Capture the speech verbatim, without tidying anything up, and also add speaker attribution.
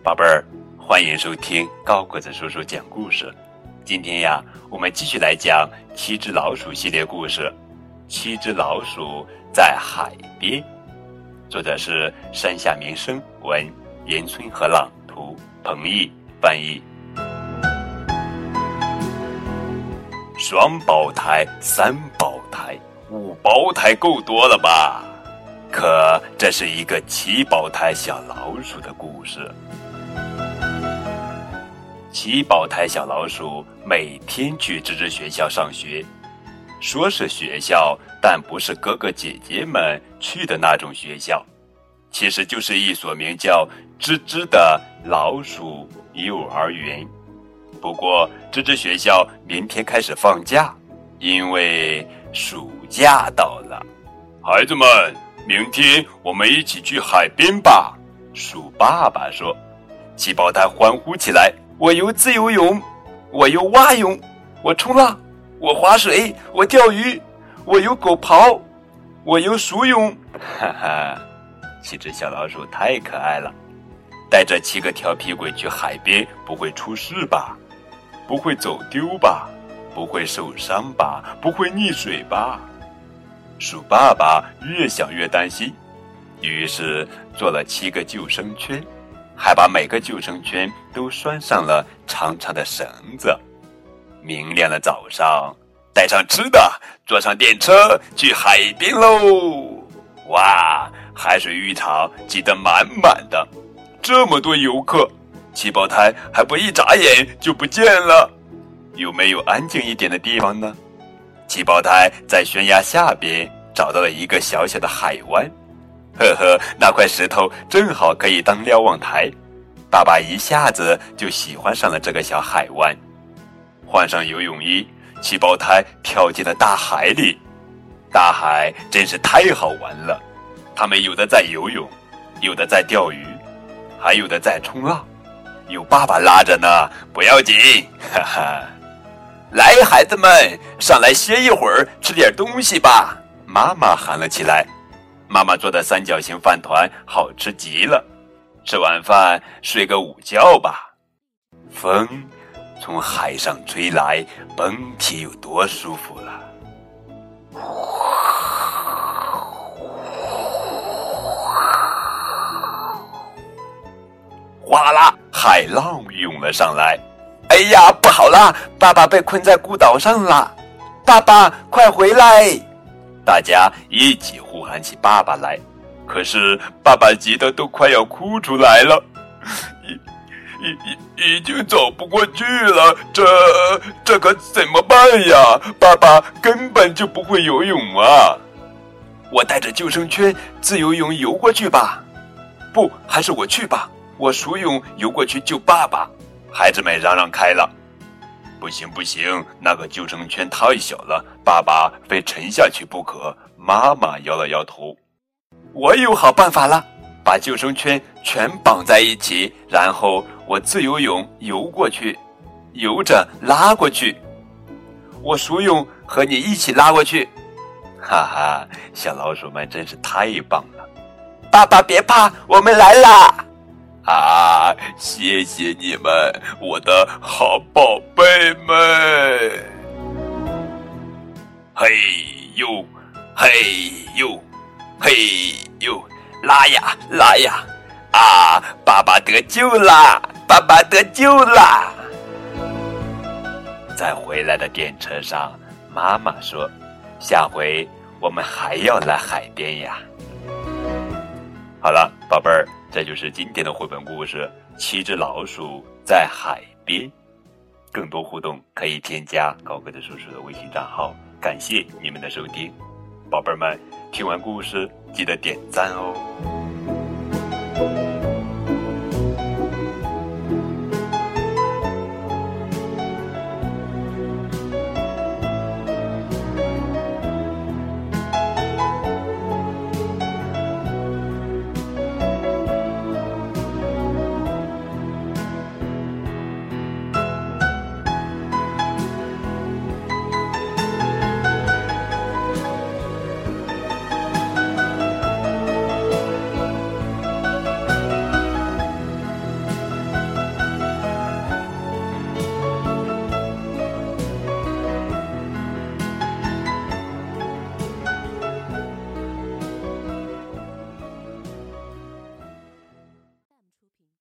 Speaker 1: 宝贝儿，欢迎收听高个子叔叔讲故事。今天呀，我们继续来讲七只老鼠系列故事。七只老鼠在海边，作者是山下明生，文岩村和朗，图彭毅翻译。双胞胎、三胞胎、五胞胎够多了吧？可这是一个七胞胎小老鼠的故事。七胞胎小老鼠每天去吱吱学校上学，说是学校，但不是哥哥姐姐们去的那种学校，其实就是一所名叫吱吱的老鼠幼儿园。不过吱吱学校明天开始放假，因为暑假到了。孩子们，明天我们一起去海边吧，鼠爸爸说。七胞胎欢呼起来，我游自由泳，我游蛙泳，我冲浪，我划水，我钓鱼，我游狗刨，我游鼠泳。哈哈，七只小老鼠太可爱了，带着七个调皮鬼去海边，不会出事吧？不会走丢吧？不会受伤吧？不会溺水吧？鼠爸爸越想越担心，于是做了七个救生圈，还把每个救生圈都拴上了长长的绳子。明亮的早上，带上吃的，坐上电车去海边喽！哇，海水浴场挤得满满的，这么多游客，七胞胎还不一眨眼就不见了。有没有安静一点的地方呢？七胞胎在悬崖下边找到了一个小小的海湾，呵呵，那块石头正好可以当瞭望台。爸爸一下子就喜欢上了这个小海湾。换上游泳衣，七胞胎跳进了大海里。大海真是太好玩了，他们有的在游泳，有的在钓鱼，还有的在冲浪，有爸爸拉着呢，不要紧，哈哈。来，孩子们，上来歇一会儿，吃点东西吧，妈妈喊了起来。妈妈做的三角形饭团好吃极了，吃完饭睡个午觉吧。风从海上吹来，蹦踢有多舒服了。哗啦，海浪涌了上来。哎呀，不好啦，爸爸被困在孤岛上了，爸爸快回来。大家一起呼喊起爸爸来，可是爸爸急得都快要哭出来了，已已已已经走不过去了，这这可怎么办呀？爸爸根本就不会游泳啊！我带着救生圈自由泳游过去吧。不，还是我去吧，我鼠泳游过去救爸爸。孩子们嚷嚷开了。不行不行，那个救生圈太小了，爸爸非沉下去不可。妈妈摇了摇头。我有好办法了，把救生圈全绑在一起，然后我自由泳游过去，游着拉过去，我鼠泳和你一起拉过去。哈哈，小老鼠们真是太棒了。爸爸别怕，我们来啦！啊，谢谢你们，我的好宝贝们！嘿呦，嘿呦，嘿呦，拉呀拉呀！啊，爸爸得救啦！爸爸得救啦！在回来的电车上，妈妈说：“下回我们还要来海边呀。”好了，宝贝儿。这就是今天的绘本故事《七只老鼠在海边》。更多互动可以添加高个子叔叔的微信账号。感谢你们的收听，宝贝们，听完故事记得点赞哦。